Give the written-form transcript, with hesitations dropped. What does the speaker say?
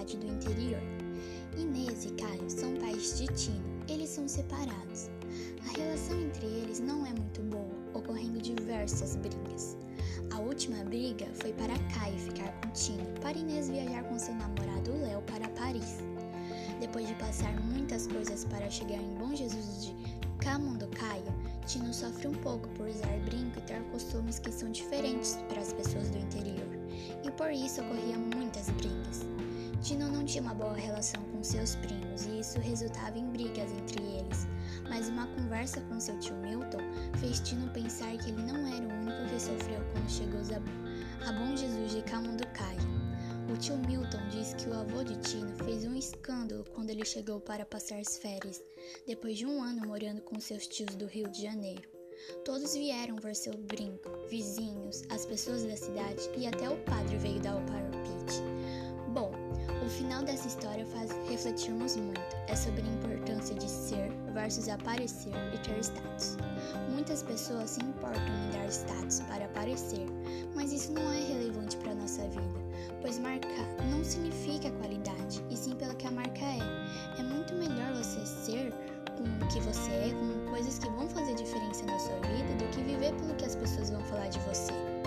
cidade do interior. Inês e Caio são pais de Tino, eles são separados. A relação entre eles não é muito boa, ocorrendo diversas brigas. A última briga foi para Caio ficar com Tino, para Inês viajar com seu namorado Léo para Paris. Depois de passar muitas coisas para chegar em Bom Jesus de Camanducaia, Tino sofre um pouco por usar brinco e ter costumes que são diferentes para as pessoas do interior, e por isso ocorriam muitas brigas. Tino não tinha uma boa relação com seus primos e isso resultava em brigas entre eles, mas uma conversa com seu tio Milton fez Tino pensar que ele não era o único que sofreu quando chegou a Bom Jesus de Camanducaia. O tio Milton disse que o avô de Tino fez um escândalo quando ele chegou para passar as férias, depois de um ano morando com seus tios do Rio de Janeiro. Todos vieram ver seu brinco, vizinhos, as pessoas da cidade e até o padre veio dar o palpite. Bom, o final dessa história faz refletirmos muito. É sobre a importância de ser versus aparecer e ter status. Muitas pessoas se importam em dar status para aparecer, mas isso não é relevante para a nossa vida, pois marcar não significa qualidade, e sim pelo que a marca é. É muito melhor você ser com o que você é, com coisas que vão fazer diferença na sua vida, do que viver pelo que as pessoas vão falar de você.